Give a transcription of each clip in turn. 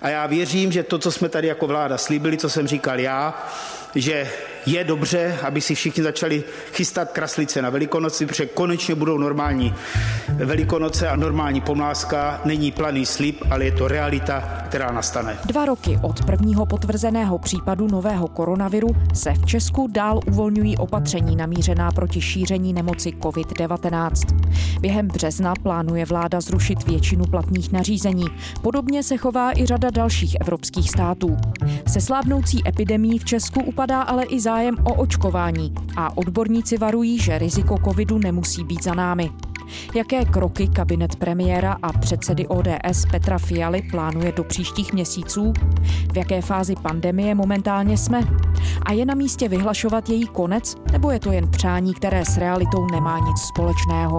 A já věřím, že to, co jsme tady jako vláda slíbili, co jsem říkal já, že je dobře, aby si všichni začali chystat kraslice na Velikonoci, protože konečně budou normální Velikonoce a normální pomlázka. Není planý slib, ale je to realita, která nastane. 2 roky od prvního potvrzeného případu nového koronaviru se v Česku dál uvolňují opatření namířená proti šíření nemoci COVID-19. Během března plánuje vláda zrušit většinu platných nařízení. Podobně se chová i řada dalších evropských států. Se slábnoucí epidemií v Česku upadá ale i zájem o očkování a odborníci varují, že riziko covidu nemusí být za námi. Jaké kroky kabinet premiéra a předsedy ODS Petra Fialy plánuje do příštích měsíců? V jaké fázi pandemie momentálně jsme? A je na místě vyhlašovat její konec, nebo je to jen přání, které s realitou nemá nic společného?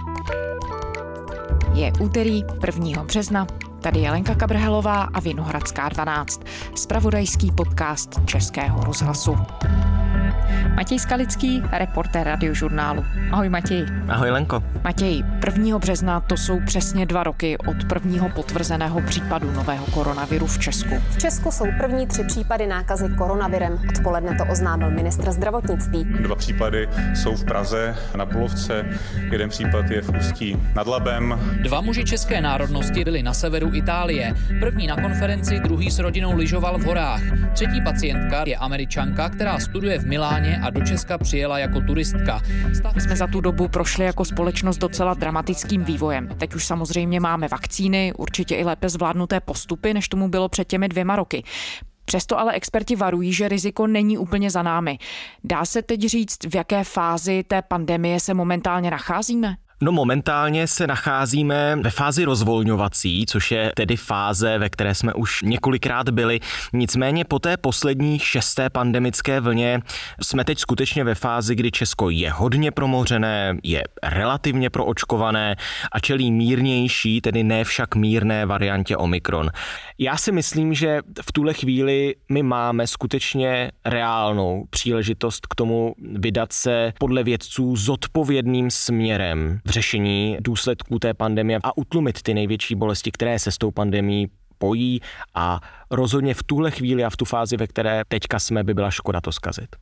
Je úterý 1. března. Tady je Lenka Kabrhelová a Vinohradská 12, zpravodajský podcast Českého rozhlasu. Matěj Skalický, reportér Radiožurnálu. Ahoj Matěj. Ahoj Lenko. Matěj, 1. března to jsou přesně 2 roky od prvního potvrzeného případu nového koronaviru v Česku. V Česku jsou první 3 případy nákazy koronavirem. Odpoledne to oznámil ministr zdravotnictví. 2 případy jsou v Praze na Bulovce, 1 případ je v Ústí nad Labem. 2 muži české národnosti byli na severu Itálie. První na konferenci, druhý s rodinou lyžoval v horách. 3. pacientka je Američanka, která studuje v Miláně a do Česka přijela jako turistka. My jsme za tu dobu prošli jako společnost docela dramatickým vývojem. Teď už samozřejmě máme vakcíny, určitě i lépe zvládnuté postupy, než tomu bylo před těmi 2 roky. Přesto ale experti varují, že riziko není úplně za námi. Dá se teď říct, v jaké fázi té pandemie se momentálně nacházíme? No momentálně se nacházíme ve fázi rozvolňovací, což je tedy fáze, ve které jsme už několikrát byli. Nicméně po té poslední 6. pandemické vlně jsme teď skutečně ve fázi, kdy Česko je hodně promořené, je relativně proočkované a čelí mírnější, tedy ne však mírné variantě Omikron. Já si myslím, že v tuhle chvíli my máme skutečně reálnou příležitost k tomu vydat se podle vědců zodpovědným směrem v řešení důsledků té pandemie a utlumit ty největší bolesti, které se s tou pandemií pojí, a rozhodně v tuhle chvíli a v tu fázi, ve které teďka jsme, by byla škoda to zkazit.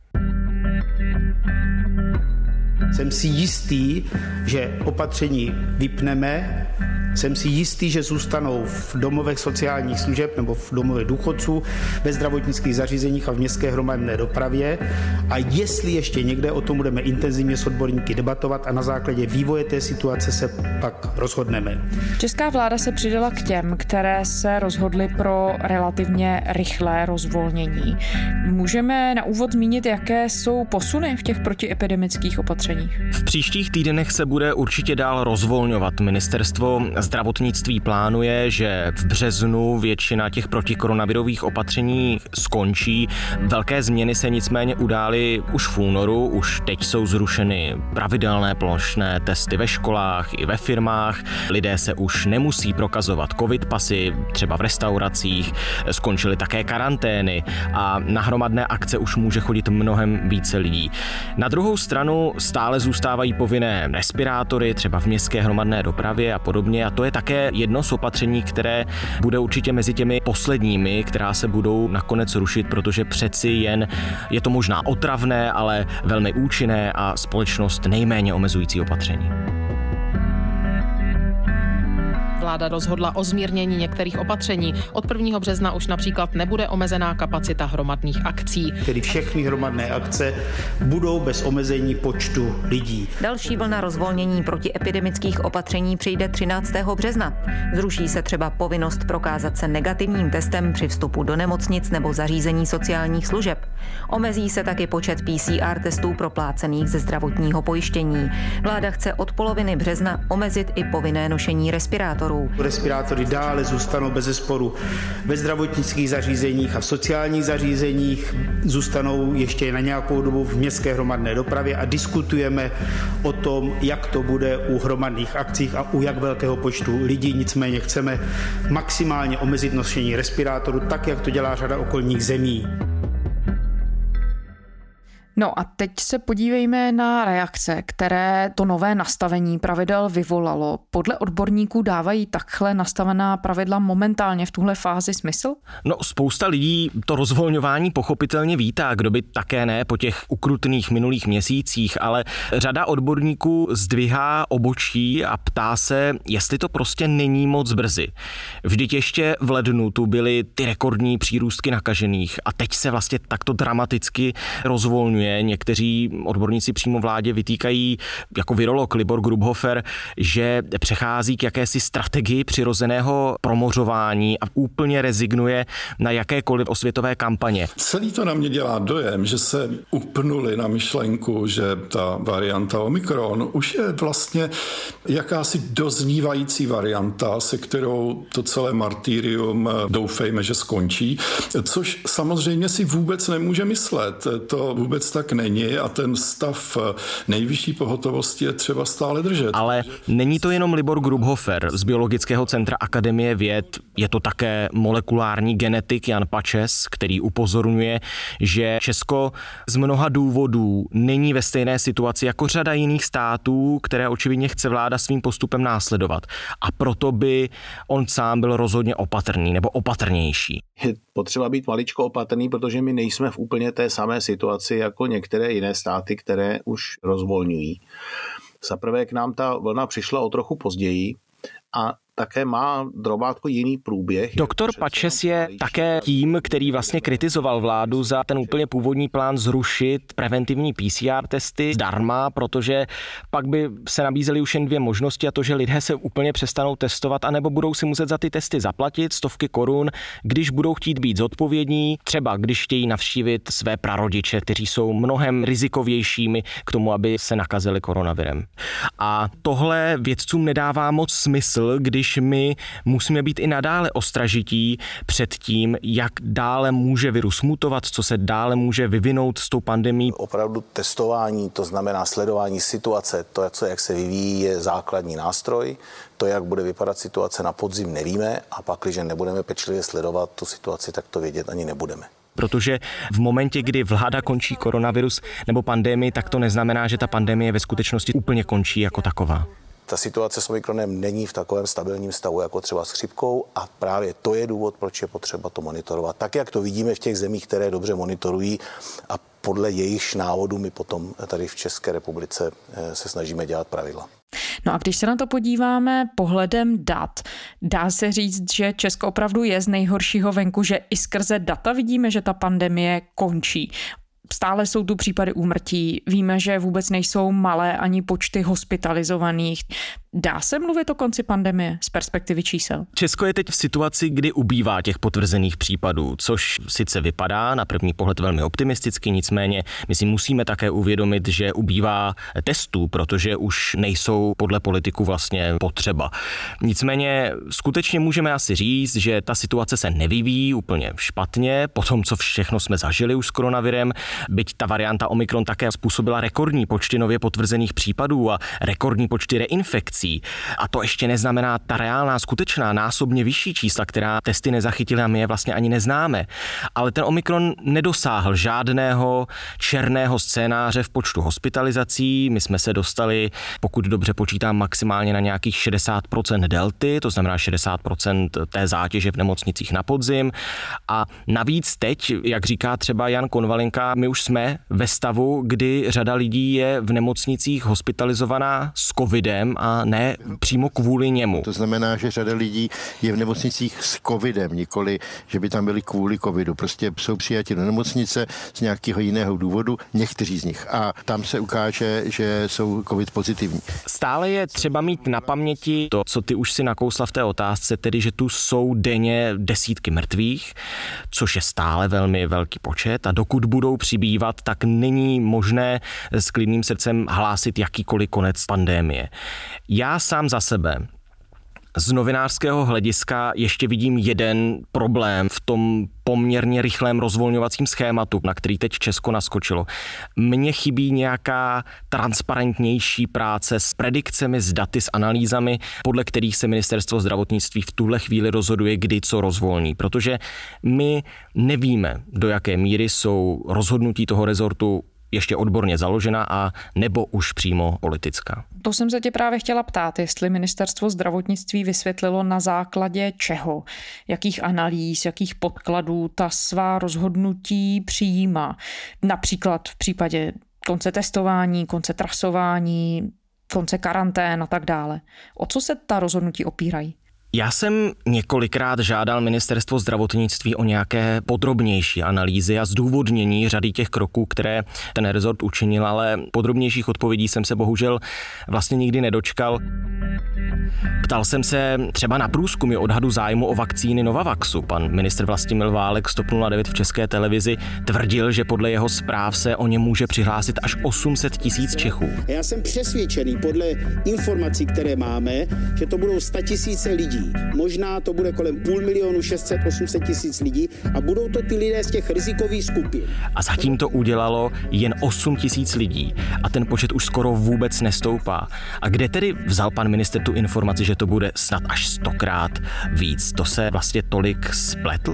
Jsem si jistý, že opatření vypneme, jsem si jistý, že zůstanou v domovech sociálních služeb nebo v domovech důchodců, ve zdravotnických zařízeních a v městské hromadné dopravě. A jestli ještě někde, o tom budeme intenzivně s odborníky debatovat a na základě vývoje té situace se pak rozhodneme. Česká vláda se přidala k těm, které se rozhodly pro relativně rychlé rozvolnění. Můžeme na úvod zmínit, jaké jsou posuny v těch protiepidemických opatřeních? V příštích týdnech se bude určitě dál rozvolňovat. Ministerstvo zdravotnictví plánuje, že v březnu většina těch protikoronavirových opatření skončí. Velké změny se nicméně udály už v únoru, už teď jsou zrušeny pravidelné plošné testy ve školách i ve firmách. Lidé se už nemusí prokazovat covid pasy, třeba v restauracích, skončily také karantény a na hromadné akce už může chodit mnohem více lidí. Na druhou stranu stále zůstávají povinné respirátory, třeba v městské hromadné dopravě a podobně, a to je také jedno z opatření, které bude určitě mezi těmi posledními, která se budou nakonec rušit, protože přeci jen je to možná otravné, ale velmi účinné a společnost nejméně omezující opatření. Vláda rozhodla o zmírnění některých opatření. Od 1. března už například nebude omezená kapacita hromadných akcí. Tedy všechny hromadné akce budou bez omezení počtu lidí. Další vlna rozvolnění protiepidemických opatření přijde 13. března. Zruší se třeba povinnost prokázat se negativním testem při vstupu do nemocnic nebo zařízení sociálních služeb. Omezí se taky počet PCR testů proplácených ze zdravotního pojištění. Vláda chce od poloviny března omezit i povinné nošení respirátorů. Respirátory dále zůstanou bezesporu ve zdravotnických zařízeních a v sociálních zařízeních, zůstanou ještě na nějakou dobu v městské hromadné dopravě a diskutujeme o tom, jak to bude u hromadných akcích a u jak velkého počtu lidí. Nicméně chceme maximálně omezit nošení respirátorů, tak jak to dělá řada okolních zemí. No a teď se podívejme na reakce, které to nové nastavení pravidel vyvolalo. Podle odborníků dávají takhle nastavená pravidla momentálně v tuhle fázi smysl? No, spousta lidí to rozvolňování pochopitelně vítá, kdo by také ne po těch ukrutných minulých měsících, ale řada odborníků zdvihá obočí a ptá se, jestli to prostě není moc brzy. Vždyť ještě v lednu tu byly ty rekordní přírůstky nakažených a teď se vlastně takto dramaticky rozvolňuje. Někteří odborníci přímo vládě vytýkají, jako virolog Libor Grubhofer, že přechází k jakési strategii přirozeného promořování a úplně rezignuje na jakékoliv osvětové kampaně. Celý to na mě dělá dojem, že se upnuli na myšlenku, že ta varianta Omikron už je vlastně jakási doznívající varianta, se kterou to celé martyrium doufejme, že skončí, což samozřejmě si vůbec nemůže myslet. To vůbec tak není a ten stav nejvyšší pohotovosti je třeba stále držet. Ale není to jenom Libor Grubhofer z Biologického centra Akademie věd, je to také molekulární genetik Jan Pačes, který upozorňuje, že Česko z mnoha důvodů není ve stejné situaci jako řada jiných států, které očividně chce vláda svým postupem následovat. A proto by on sám byl rozhodně opatrný nebo opatrnější. Je potřeba být maličko opatrný, protože my nejsme v úplně té samé situaci jako některé jiné státy, které už rozvolňují. Zaprvé k nám ta vlna přišla o trochu později a také má drobátko jiný průběh. Doktor Pačes je také tím, který vlastně kritizoval vládu za ten úplně původní plán zrušit preventivní PCR testy zdarma, protože pak by se nabízely už jen dvě možnosti a to, že lidé se úplně přestanou testovat anebo budou si muset za ty testy zaplatit stovky korun, když budou chtít být zodpovědní, třeba když chtějí navštívit své prarodiče, kteří jsou mnohem rizikovějšími k tomu, aby se nakazili koronavirem. A tohle vědcům nedává moc smysl, když my musíme být i nadále ostražití před tím, jak dále může virus mutovat, co se dále může vyvinout s tou pandemií. Opravdu testování, to znamená sledování situace, to, jak se vyvíjí, je základní nástroj. To, jak bude vypadat situace na podzim, nevíme a pak, když nebudeme pečlivě sledovat tu situaci, tak to vědět ani nebudeme. Protože v momentě, kdy vláda končí koronavirus nebo pandemii, tak to neznamená, že ta pandemie ve skutečnosti úplně končí jako taková. Ta situace s Omikronem není v takovém stabilním stavu jako třeba s chřipkou a právě to je důvod, proč je potřeba to monitorovat. Tak, jak to vidíme v těch zemích, které dobře monitorují a podle jejich návodů my potom tady v České republice se snažíme dělat pravidla. No a když se na to podíváme pohledem dat, dá se říct, že Česko opravdu je z nejhoršího venku, že i skrze data vidíme, že ta pandemie končí. Stále jsou tu případy úmrtí, víme, že vůbec nejsou malé ani počty hospitalizovaných. Dá se mluvit o konci pandemie z perspektivy čísel? Česko je teď v situaci, kdy ubývá těch potvrzených případů, což sice vypadá na první pohled velmi optimisticky, nicméně my si musíme také uvědomit, že ubývá testů, protože už nejsou podle politiků vlastně potřeba. Nicméně skutečně můžeme asi říct, že ta situace se nevyvíjí úplně špatně, po tom, co všechno jsme zažili už s koronavirem, byť ta varianta Omikron také způsobila rekordní počty nově potvrzených případů a rekordní počty reinfekcí. A to ještě neznamená ta reálná, skutečná, násobně vyšší čísla, která testy nezachytily a my je vlastně ani neznáme. Ale ten Omikron nedosáhl žádného černého scénáře v počtu hospitalizací. My jsme se dostali, pokud dobře počítám, maximálně na nějakých 60% delty, to znamená 60% té zátěže v nemocnicích na podzim. A navíc teď, jak říká třeba Jan Konvalinka, my už jsme ve stavu, kdy řada lidí je v nemocnicích hospitalizovaná s covidem a ne přímo kvůli němu. To znamená, že řada lidí je v nemocnicích s covidem, nikoli, že by tam byli kvůli covidu. Prostě jsou přijati do nemocnice z nějakého jiného důvodu, někteří z nich. A tam se ukáže, že jsou covid pozitivní. Stále je třeba mít na paměti to, co ty už si nakousla v té otázce, tedy, že tu jsou denně desítky mrtvých, což je stále velmi velký počet a dokud budou přibývat, tak není možné s klidným srdcem hlásit jakýkoliv konec pandemie. Já sám za sebe z novinářského hlediska ještě vidím jeden problém v tom poměrně rychlém rozvolňovacím schématu, na který teď Česko naskočilo. Mně chybí nějaká transparentnější práce s predikcemi, s daty, s analýzami, podle kterých se ministerstvo zdravotnictví v tuhle chvíli rozhoduje, kdy co rozvolní. Protože my nevíme, do jaké míry jsou rozhodnutí toho rezortu ještě odborně založená a nebo už přímo politická? To jsem se tě právě chtěla ptát, jestli ministerstvo zdravotnictví vysvětlilo na základě čeho, jakých analýz, jakých podkladů ta svá rozhodnutí přijímá. Například v případě konce testování, konce trasování, konce karantén a tak dále. O co se ta rozhodnutí opírají? Já jsem několikrát žádal ministerstvo zdravotnictví o nějaké podrobnější analýzy a zdůvodnění řady těch kroků, které ten rezort učinil, ale podrobnějších odpovědí jsem se bohužel vlastně nikdy nedočkal. Ptal jsem se třeba na průzkumy odhadu zájmu o vakcíny Novavaxu. Pan ministr Vlastimil Válek z TOP 09 v České televizi tvrdil, že podle jeho zpráv se o ně může přihlásit až 800 000 Čechů. Já jsem přesvědčený podle informací, které máme, že to budou 100 000 lidí. Možná to bude kolem 500 000, 600 800 000 lidí a budou to ty lidé z těch rizikových skupin. A zatím to udělalo jen 8 000 lidí a ten počet už skoro vůbec nestoupá. A kde tedy vzal pan ministr tu informaci, že to bude snad až 100krát víc? To se vlastně tolik spletl?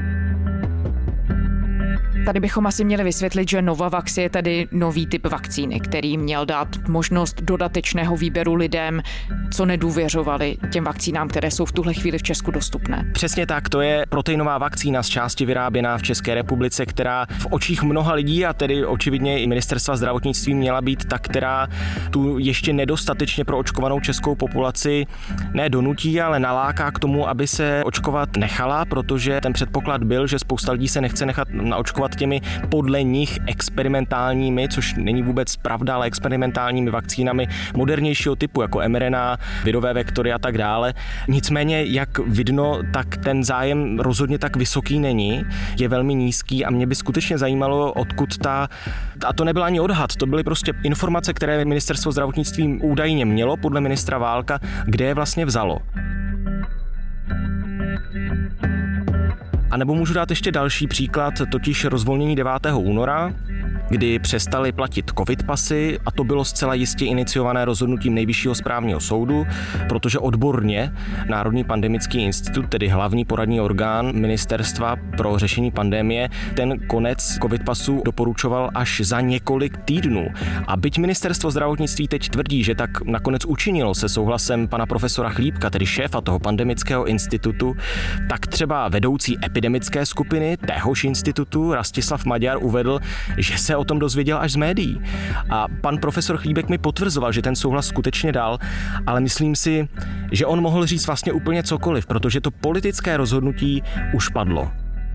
Tady bychom asi měli vysvětlit, že Novavax je tedy nový typ vakcíny, který měl dát možnost dodatečného výběru lidem, co nedůvěřovali těm vakcínám, které jsou v tuhle chvíli v Česku dostupné. Přesně tak, to je proteinová vakcína z části vyráběná v České republice, která v očích mnoha lidí a tedy očividně i ministerstva zdravotnictví měla být ta, která tu ještě nedostatečně proočkovanou českou populaci ne donutí, ale naláká k tomu, aby se očkovat nechala, protože ten předpoklad byl, že spousta lidí se nechce nechat naočkovat těmi podle nich experimentálními, což není vůbec pravda, ale experimentálními vakcínami modernějšího typu, jako mRNA, virové vektory a tak dále. Nicméně, jak vidno, tak ten zájem rozhodně tak vysoký není, je velmi nízký a mě by skutečně zajímalo, odkud a to nebyl ani odhad, to byly prostě informace, které ministerstvo zdravotnictví údajně mělo podle ministra Válka, kde je vlastně vzalo. A nebo můžu dát ještě další příklad, totiž rozvolnění 9. února, kdy přestaly platit covid pasy a to bylo zcela jistě iniciované rozhodnutím Nejvyššího správního soudu, protože odborně Národní pandemický institut, tedy hlavní poradní orgán ministerstva pro řešení pandemie, ten konec covid pasů doporučoval až za několik týdnů. A byť ministerstvo zdravotnictví teď tvrdí, že tak nakonec učinilo se souhlasem pana profesora Chlíbka, tedy šéfa toho pandemického institutu, tak třeba vedoucí epidemické skupiny téhož institutu Rastislav Maďar uvedl, že se o tom dozvěděl až z médií. A pan profesor Chlíbek mi potvrzoval, že ten souhlas skutečně dal, ale myslím si, že on mohl říct vlastně úplně cokoliv, protože to politické rozhodnutí už padlo.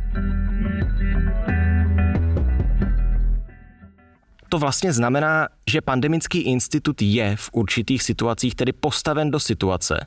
To vlastně znamená, že pandemický institut je v určitých situacích tedy postaven do situace,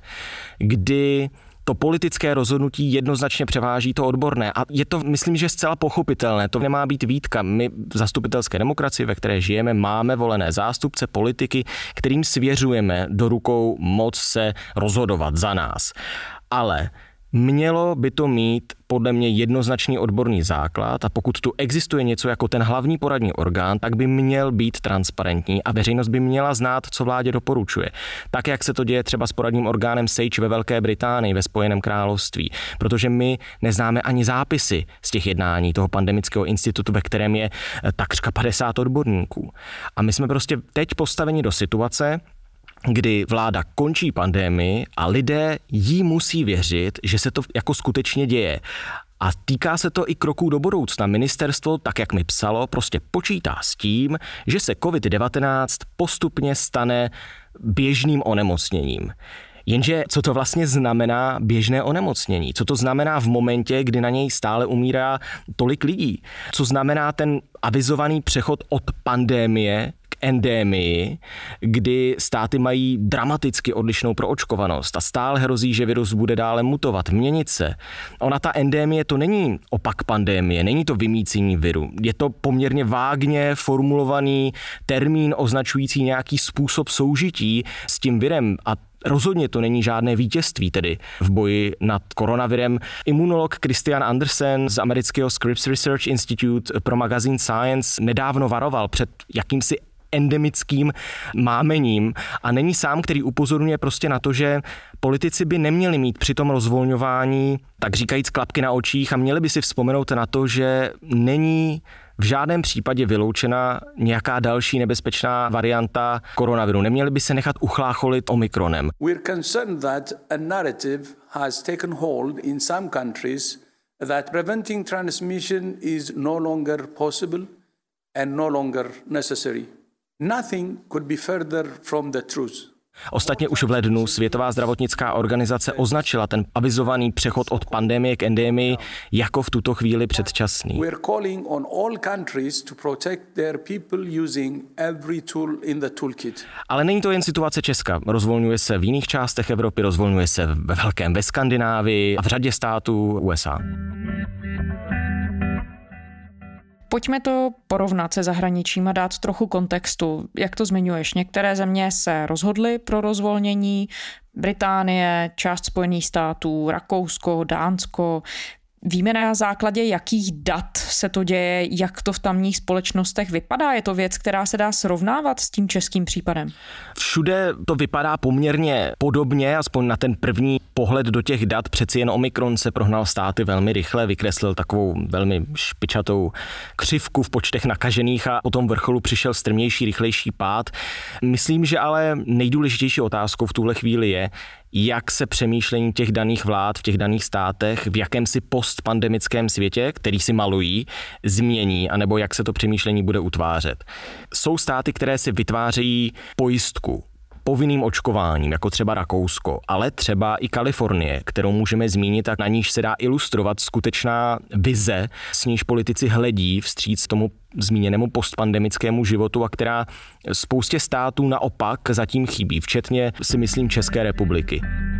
kdy to politické rozhodnutí jednoznačně převáží to odborné. A je to, myslím, že zcela pochopitelné. To nemá být výtka. My v zastupitelské demokracii, ve které žijeme, máme volené zástupce, politiky, kterým svěřujeme do rukou moc se rozhodovat za nás. Ale mělo by to mít podle mě jednoznačný odborný základ a pokud tu existuje něco jako ten hlavní poradní orgán, tak by měl být transparentní a veřejnost by měla znát, co vládě doporučuje. Tak, jak se to děje třeba s poradním orgánem SAGE ve Velké Británii, ve Spojeném království, protože my neznáme ani zápisy z těch jednání toho pandemického institutu, ve kterém je takřka 50 odborníků. A my jsme prostě teď postaveni do situace, kdy vláda končí pandemii a lidé jí musí věřit, že se to jako skutečně děje. A týká se to i kroků do budoucna. Ministerstvo, tak jak mi psalo, prostě počítá s tím, že se COVID-19 postupně stane běžným onemocněním. Jenže co to vlastně znamená běžné onemocnění? Co to znamená v momentě, kdy na něj stále umírá tolik lidí? Co znamená ten avizovaný přechod od pandemie k endémii, kdy státy mají dramaticky odlišnou proočkovanost a stále hrozí, že virus bude dále mutovat, měnit se. Ona ta endémie to není opak pandemie, není to vymýcení viru. Je to poměrně vágně formulovaný termín označující nějaký způsob soužití s tím virem a rozhodně to není žádné vítězství tedy v boji nad koronavirem. Imunolog Christian Andersen z amerického Scripps Research Institute pro magazín Science nedávno varoval před jakýmsi endemickým mámením a není sám, který upozorňuje prostě na to, že politici by neměli mít při tom rozvolňování, tak říkajíc, klapky na očích a měli by si vzpomenout na to, že není v žádném případě vyloučena nějaká další nebezpečná varianta koronaviru. Neměli by se nechat uchlácholit omikronem. We're concerned that a narrative has taken hold in some countries that preventing transmission is no longer possible and no longer necessary. Nothing could be further from the truth. Ostatně už v lednu Světová zdravotnická organizace označila ten avizovaný přechod od pandemie k endemii jako v tuto chvíli předčasný. We're calling on all countries to protect their people using every tool in the toolkit. Ale není to jen situace Česka. Rozvolňuje se v jiných částech Evropy, rozvolňuje se ve velkém ve Skandinávii a v řadě států USA. Pojďme to porovnat se zahraničím a dát trochu kontextu. Jak to zmiňuješ, některé země se rozhodly pro rozvolnění, Británie, část Spojených států, Rakousko, Dánsko. Víme na základě jakých dat se to děje, jak to v tamních společnostech vypadá? Je to věc, která se dá srovnávat s tím českým případem? Všude to vypadá poměrně podobně, aspoň na ten první pohled do těch dat. Přeci jen Omikron se prohnal státy velmi rychle, vykreslil takovou velmi špičatou křivku v počtech nakažených a po tom vrcholu přišel strmější, rychlejší pád. Myslím, že ale nejdůležitější otázkou v tuhle chvíli je, jak se přemýšlení těch daných vlád v těch daných státech v jakémsi postpandemickém světě, který si malují, změní, anebo jak se to přemýšlení bude utvářet. Jsou státy, které si vytvářejí pojistku povinným očkováním, jako třeba Rakousko, ale třeba i Kalifornie, kterou můžeme zmínit a na níž se dá ilustrovat skutečná vize, s níž politici hledí vstříc tomu zmíněnému postpandemickému životu a která spoustě států naopak zatím chybí, včetně si myslím České republiky.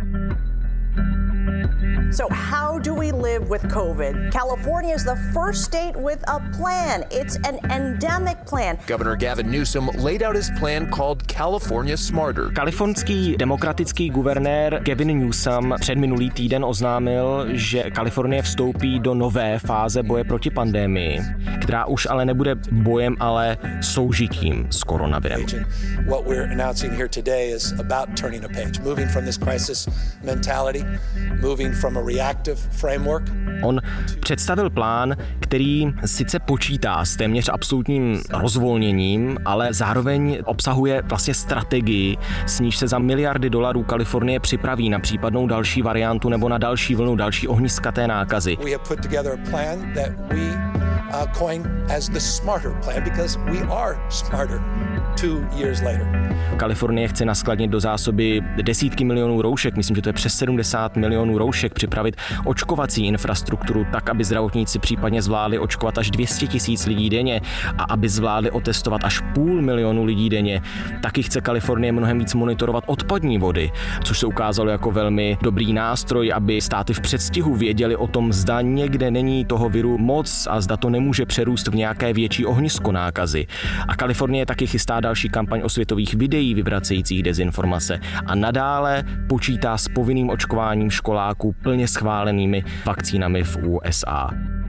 So how do we live with COVID? California is the first state with a plan. It's an endemic plan. Governor Gavin Newsom laid out his plan called California Smarter. Kalifornský demokratický guvernér Gavin Newsom předminulý týden oznámil, že Kalifornie vstoupí do nové fáze boje proti pandemii, která už ale nebude bojem, ale soužitím s koronavirem. What we're announcing here today is about turning a page, moving from this crisis mentality, moving from a reactive framework. On představil plán, který sice počítá s téměř absolutním rozvolněním, ale zároveň obsahuje vlastně strategii, s níž se za miliardy dolarů Kalifornie připraví na případnou další variantu nebo na další vlnu, další ohniska té nákazy. We have put together a plan that we coined as the smarter plan because we are smarter 2 years later. Kalifornie chce naskladnit do zásoby desítky milionů roušek, myslím, že to je přes 70 milionů roušek, připravit očkovací infrastrukturu tak, aby zdravotníci případně zvládli očkovat až 200 000 lidí denně a aby zvládli otestovat až 500 000 lidí denně. Taky chce Kalifornie mnohem víc monitorovat odpadní vody, což se ukázalo jako velmi dobrý nástroj, aby státy v předstihu věděli o tom, zda někde není toho viru moc a zda to nemůže přerůst v nějaké větší ohnisko nákazy. A Kalifornie taky chystá další kampaň osvětových videí vyvracejících dezinformace a nadále počítá s povinným očkováním školáků plně schválenými vakcínami v USA.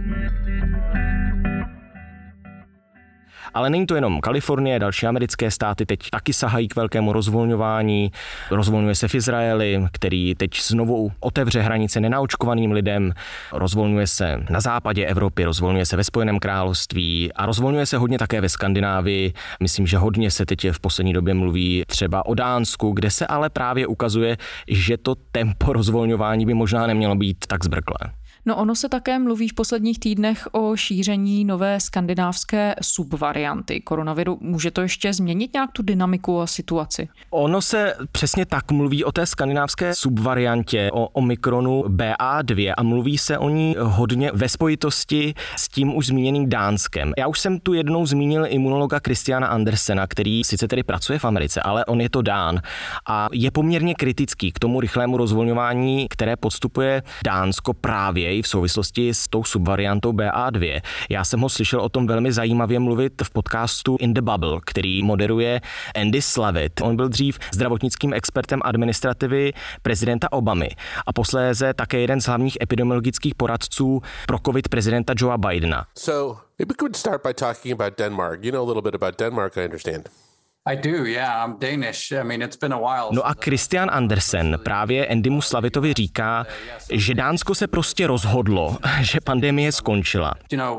Ale není to jenom Kalifornie, další americké státy teď taky sahají k velkému rozvolňování. Rozvolňuje se v Izraeli, který teď znovu otevře hranice nenaočkovaným lidem. Rozvolňuje se na západě Evropy, rozvolňuje se ve Spojeném království a rozvolňuje se hodně také ve Skandinávii. Myslím, že hodně se teď v poslední době mluví třeba o Dánsku, kde se ale právě ukazuje, že to tempo rozvolňování by možná nemělo být tak zbrklé. No ono se také mluví v posledních týdnech o šíření nové skandinávské subvarianty koronaviru. Může to ještě změnit nějak tu dynamiku a situaci? Ono se přesně tak mluví o té skandinávské subvariantě, o Omikronu BA2 a mluví se o ní hodně ve spojitosti s tím už zmíněným Dánskem. Já už jsem tu jednou zmínil imunologa Christiana Andersena, který sice tedy pracuje v Americe, ale on je to Dán a je poměrně kritický k tomu rychlému rozvolňování, které podstupuje Dánsko právě v souvislosti s tou subvariantou BA2. Já jsem ho slyšel o tom velmi zajímavě mluvit v podcastu In the Bubble, který moderuje Andy Slavitt. On byl dřív zdravotnickým expertem administrativy prezidenta Obamy a posléze také jeden z hlavních epidemiologických poradců pro COVID prezidenta Joea Bidena. So, maybe we could start by talking about Denmark. You know a little bit about Denmark, I understand. No a Christian Andersen právě Andymu Slavitovi říká, že Dánsko se prostě rozhodlo, že pandemie skončila.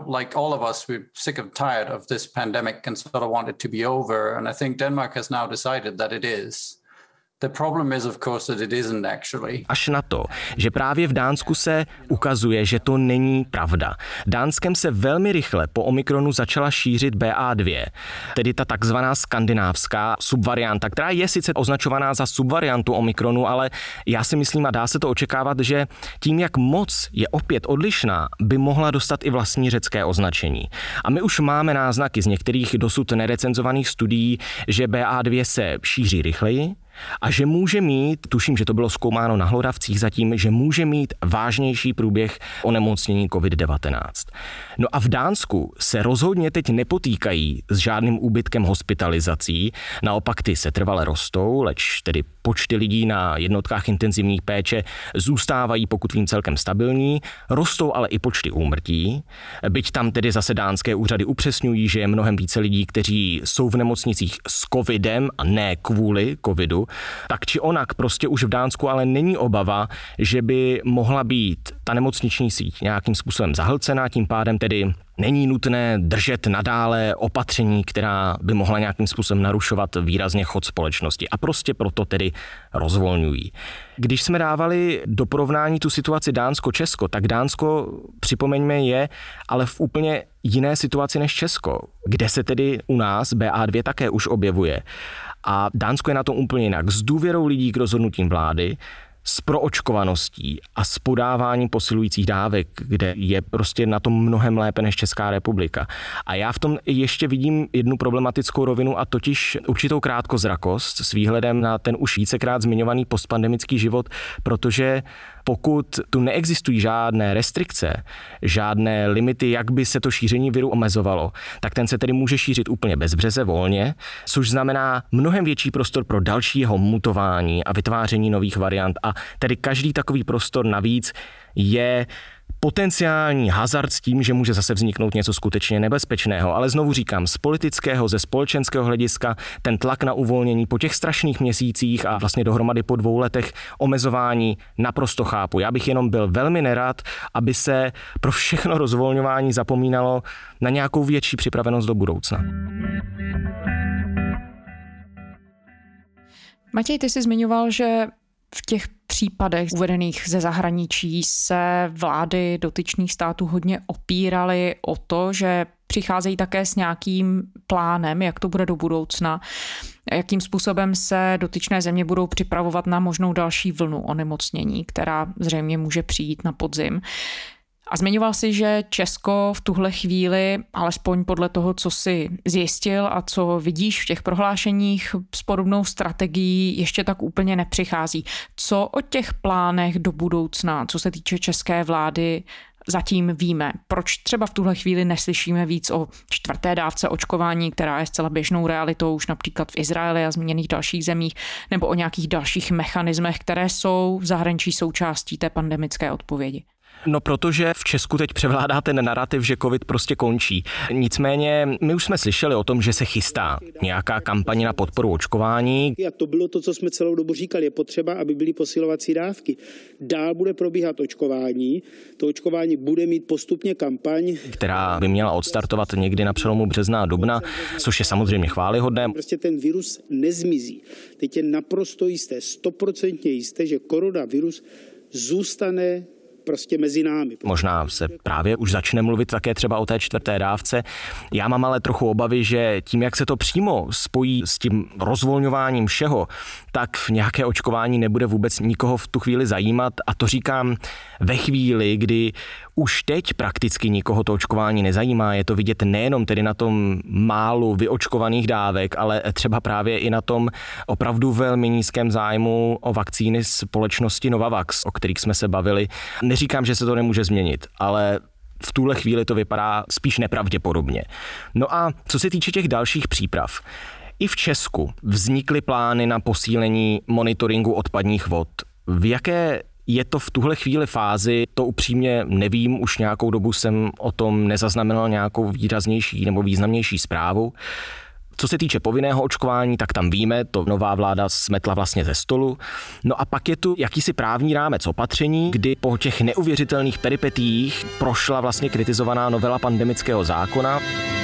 Až na to, že právě v Dánsku se ukazuje, že to není pravda. Dánskem se velmi rychle po Omikronu začala šířit BA2, tedy ta takzvaná skandinávská subvarianta, která je sice označovaná za subvariantu Omikronu, ale já si myslím a dá se to očekávat, že tím, jak moc je opět odlišná, by mohla dostat i vlastní řecké označení. A my už máme náznaky z některých dosud nerecenzovaných studií, že BA2 se šíří rychleji, a že může mít, tuším, že to bylo zkoumáno na hlodavcích zatím, že může mít vážnější průběh onemocnění COVID-19. No a v Dánsku se rozhodně teď nepotýkají s žádným úbytkem hospitalizací, naopak ty se trvale rostou, leč tedy počty lidí na jednotkách intenzivní péče zůstávají, pokud vím, celkem stabilní, rostou ale i počty úmrtí, byť tam tedy zase dánské úřady upřesňují, že je mnohem více lidí, kteří jsou v nemocnicích s covidem a ne kvůli covidu. Tak či onak, prostě už v Dánsku ale není obava, že by mohla být ta nemocniční síť nějakým způsobem zahlcená, tím pádem tedy není nutné držet nadále opatření, která by mohla nějakým způsobem narušovat výrazně chod společnosti. A prostě proto tedy rozvolňují. Když jsme dávali do porovnání tu situaci Dánsko-Česko, tak Dánsko, připomeňme, je ale v úplně jiné situaci než Česko, kde se tedy u nás BA2 také už objevuje. A Dánsko je na tom úplně jinak. S důvěrou lidí k rozhodnutím vlády, s proočkovaností a s podáváním posilujících dávek, kde je prostě na tom mnohem lépe než Česká republika. A já v tom ještě vidím jednu problematickou rovinu, a totiž určitou krátkozrakost s výhledem na ten už vícekrát zmiňovaný postpandemický život, protože pokud tu neexistují žádné restrikce, žádné limity, jak by se to šíření viru omezovalo, tak ten se tedy může šířit úplně bezbřeze volně, což znamená mnohem větší prostor pro další jeho mutování a vytváření nových variant. A tedy každý takový prostor navíc je potenciální hazard s tím, že může zase vzniknout něco skutečně nebezpečného. Ale znovu říkám, z politického, ze společenského hlediska ten tlak na uvolnění po těch strašných měsících a vlastně dohromady po 2 letech omezování naprosto chápu. Já bych jenom byl velmi nerad, aby se pro všechno rozvolňování zapomínalo na nějakou větší připravenost do budoucna. Matěj, ty jsi zmiňoval, že v těch případech uvedených ze zahraničí se vlády dotyčných států hodně opíraly o to, že přicházejí také s nějakým plánem, jak to bude do budoucna, jakým způsobem se dotyčné země budou připravovat na možnou další vlnu onemocnění, která zřejmě může přijít na podzim. A zmiňoval si, že Česko v tuhle chvíli, alespoň podle toho, co si zjistil a co vidíš v těch prohlášeních, s podobnou strategií ještě tak úplně nepřichází. Co o těch plánech do budoucna, co se týče české vlády, zatím víme? Proč třeba v tuhle chvíli neslyšíme víc o 4. dávce očkování, která je zcela běžnou realitou už například v Izraeli a zmíněných dalších zemích, nebo o nějakých dalších mechanismech, které jsou v zahraničí součástí té pandemické odpovědi? No, protože v Česku teď převládá ten narrativ, že covid prostě končí. Nicméně my už jsme slyšeli o tom, že se chystá nějaká kampaň na podporu očkování. A to bylo to, co jsme celou dobu říkali. Je potřeba, aby byly posilovací dávky. Dál bude probíhat očkování. To očkování bude mít postupně kampaň, která by měla odstartovat někdy na přelomu března a dubna, což je samozřejmě chvályhodné. Prostě ten virus nezmizí. Teď je naprosto jisté, 100% jisté, že koronavirus zůstane prostě mezi námi. Možná se právě už začne mluvit také třeba o té 4. dávce. Já mám ale trochu obavy, že tím, jak se to přímo spojí s tím rozvolňováním všeho, tak v nějaké očkování nebude vůbec nikoho v tu chvíli zajímat. A to říkám ve chvíli, kdy už teď prakticky nikoho to očkování nezajímá. Je to vidět nejenom tedy na tom málu vyočkovaných dávek, ale třeba právě i na tom opravdu velmi nízkém zájmu o vakcíny společnosti Novavax, o kterých jsme se bavili. Neříkám, že se to nemůže změnit, ale v tuhle chvíli to vypadá spíš nepravděpodobně. No a co se týče těch dalších příprav, i v Česku vznikly plány na posílení monitoringu odpadních vod. V jaké je to v tuhle chvíli fázi, to upřímně nevím, už nějakou dobu jsem o tom nezaznamenal nějakou výraznější nebo významnější zprávu. Co se týče povinného očkování, tak tam víme, to nová vláda smetla vlastně ze stolu. No a pak je tu jakýsi právní rámec opatření, kdy po těch neuvěřitelných peripetiích prošla vlastně kritizovaná novela pandemického zákona.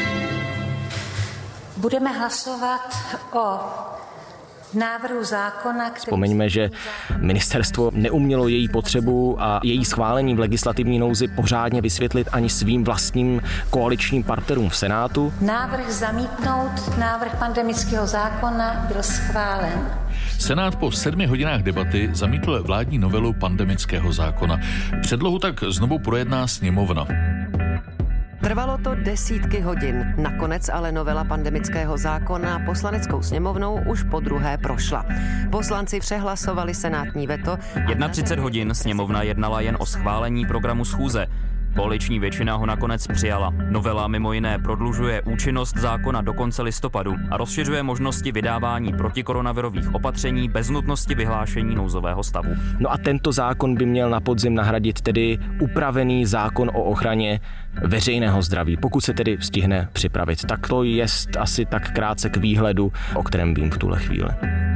Budeme hlasovat o návrhu zákona, který... Vzpomeňme, že ministerstvo neumělo její potřebu a její schválení v legislativní nouzi pořádně vysvětlit ani svým vlastním koaličním partnerům v Senátu. Návrh zamítnout návrh pandemického zákona byl schválen. Senát po 7 hodinách debaty zamítl vládní novelu pandemického zákona. Předlohu tak znovu projedná sněmovna. Trvalo to desítky hodin. Nakonec ale novela pandemického zákona Poslaneckou sněmovnou už podruhé prošla. Poslanci přehlasovali senátní veto. 31 hodin sněmovna jednala jen o schválení programu schůze. Koaliční většina ho nakonec přijala. Novela mimo jiné prodlužuje účinnost zákona do konce listopadu a rozšiřuje možnosti vydávání protikoronavirových opatření bez nutnosti vyhlášení nouzového stavu. No a tento zákon by měl na podzim nahradit tedy upravený zákon o ochraně veřejného zdraví, pokud se tedy stihne připravit. Tak to je asi tak krátce k výhledu, o kterém vím v tuhle chvíli.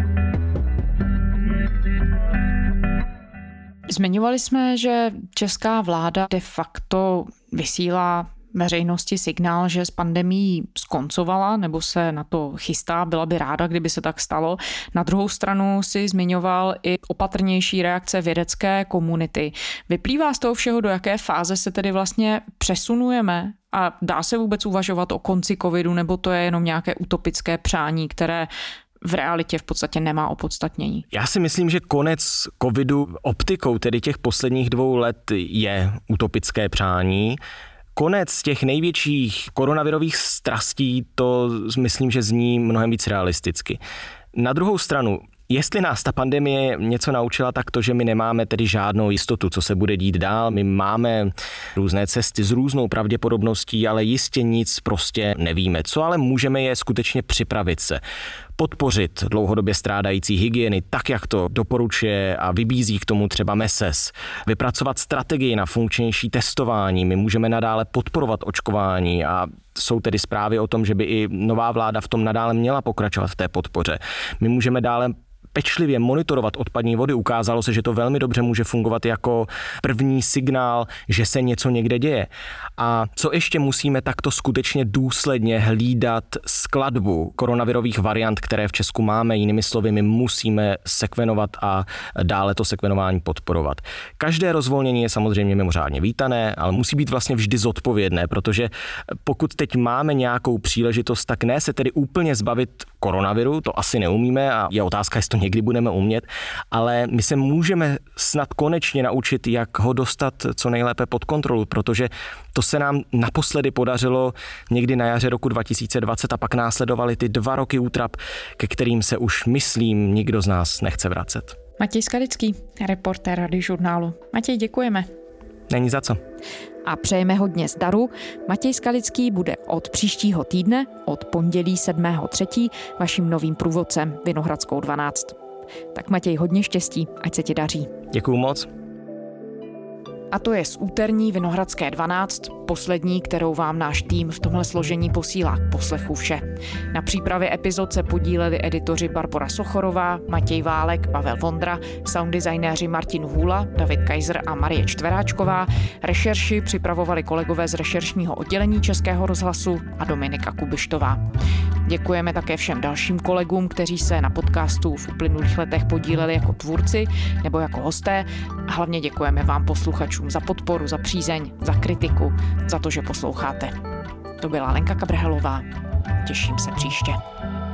Zmiňovali jsme, že česká vláda de facto vysílá veřejnosti signál, že s pandemií skoncovala nebo se na to chystá, byla by ráda, kdyby se tak stalo. Na druhou stranu si zmiňoval i opatrnější reakce vědecké komunity. Vyplývá z toho všeho, do jaké fáze se tedy vlastně přesunujeme a dá se vůbec uvažovat o konci covidu, nebo to je jenom nějaké utopické přání, které v realitě v podstatě nemá opodstatnění? Já si myslím, že konec covidu optikou tedy těch posledních 2 let je utopické přání. Konec těch největších koronavirových strastí, to myslím, že zní mnohem víc realisticky. Na druhou stranu, jestli nás ta pandemie něco naučila, tak to, že my nemáme tedy žádnou jistotu, co se bude dít dál. My máme různé cesty s různou pravděpodobností, ale jistě nic prostě nevíme. Co ale můžeme, je skutečně připravit se. Podpořit dlouhodobě strádající hygieny, tak jak to doporučuje a vybízí k tomu třeba MESES. Vypracovat strategii na funkčnější testování. My můžeme nadále podporovat očkování a jsou tedy zprávy o tom, že by i nová vláda v tom nadále měla pokračovat v té podpoře. My můžeme dále pečlivě monitorovat odpadní vody. Ukázalo se, že to velmi dobře může fungovat jako první signál, že se něco někde děje. A co ještě musíme takto skutečně důsledně hlídat skladbu koronavirových variant, které v Česku máme. Jinými slovy, my musíme sekvenovat a dále to sekvenování podporovat. Každé rozvolnění je samozřejmě mimořádně vítané, ale musí být vlastně vždy zodpovědné, protože pokud teď máme nějakou příležitost, tak ne se tedy úplně zbavit koronaviru, to asi neumíme a je otázka, jestli to někdy budeme umět, ale my se můžeme snad konečně naučit, jak ho dostat co nejlépe pod kontrolu, protože to se nám naposledy podařilo někdy na jaře roku 2020 a pak následovaly ty 2 roky útrap, ke kterým se už, myslím, nikdo z nás nechce vracet. Matěj Skalický, reportér Radiožurnálu. Matěj, děkujeme. Není za co. A přejeme hodně zdaru. Matěj Skalický bude od příštího týdne, od pondělí 7.3. vaším novým průvodcem Vinohradskou 12. Tak Matěj, hodně štěstí, ať se ti daří. Děkuju moc. A to je z úterní Vinohradské 12, poslední, kterou vám náš tým v tomhle složení posílá k poslechu vše. Na přípravě epizod se podíleli editoři Barbora Sochorová, Matěj Válek, Pavel Vondra, sounddesignéři Martin Hůla, David Kaiser a Marie Čtveráčková. Rešerši připravovali kolegové z rešeršního oddělení Českého rozhlasu a Dominika Kubištová. Děkujeme také všem dalším kolegům, kteří se na podcastu v uplynulých letech podíleli jako tvůrci nebo jako hosté. A hlavně děkujeme vám posluchačům za podporu, za přízeň, za kritiku, za to, že posloucháte. To byla Lenka Kabrhelová. Těším se příště.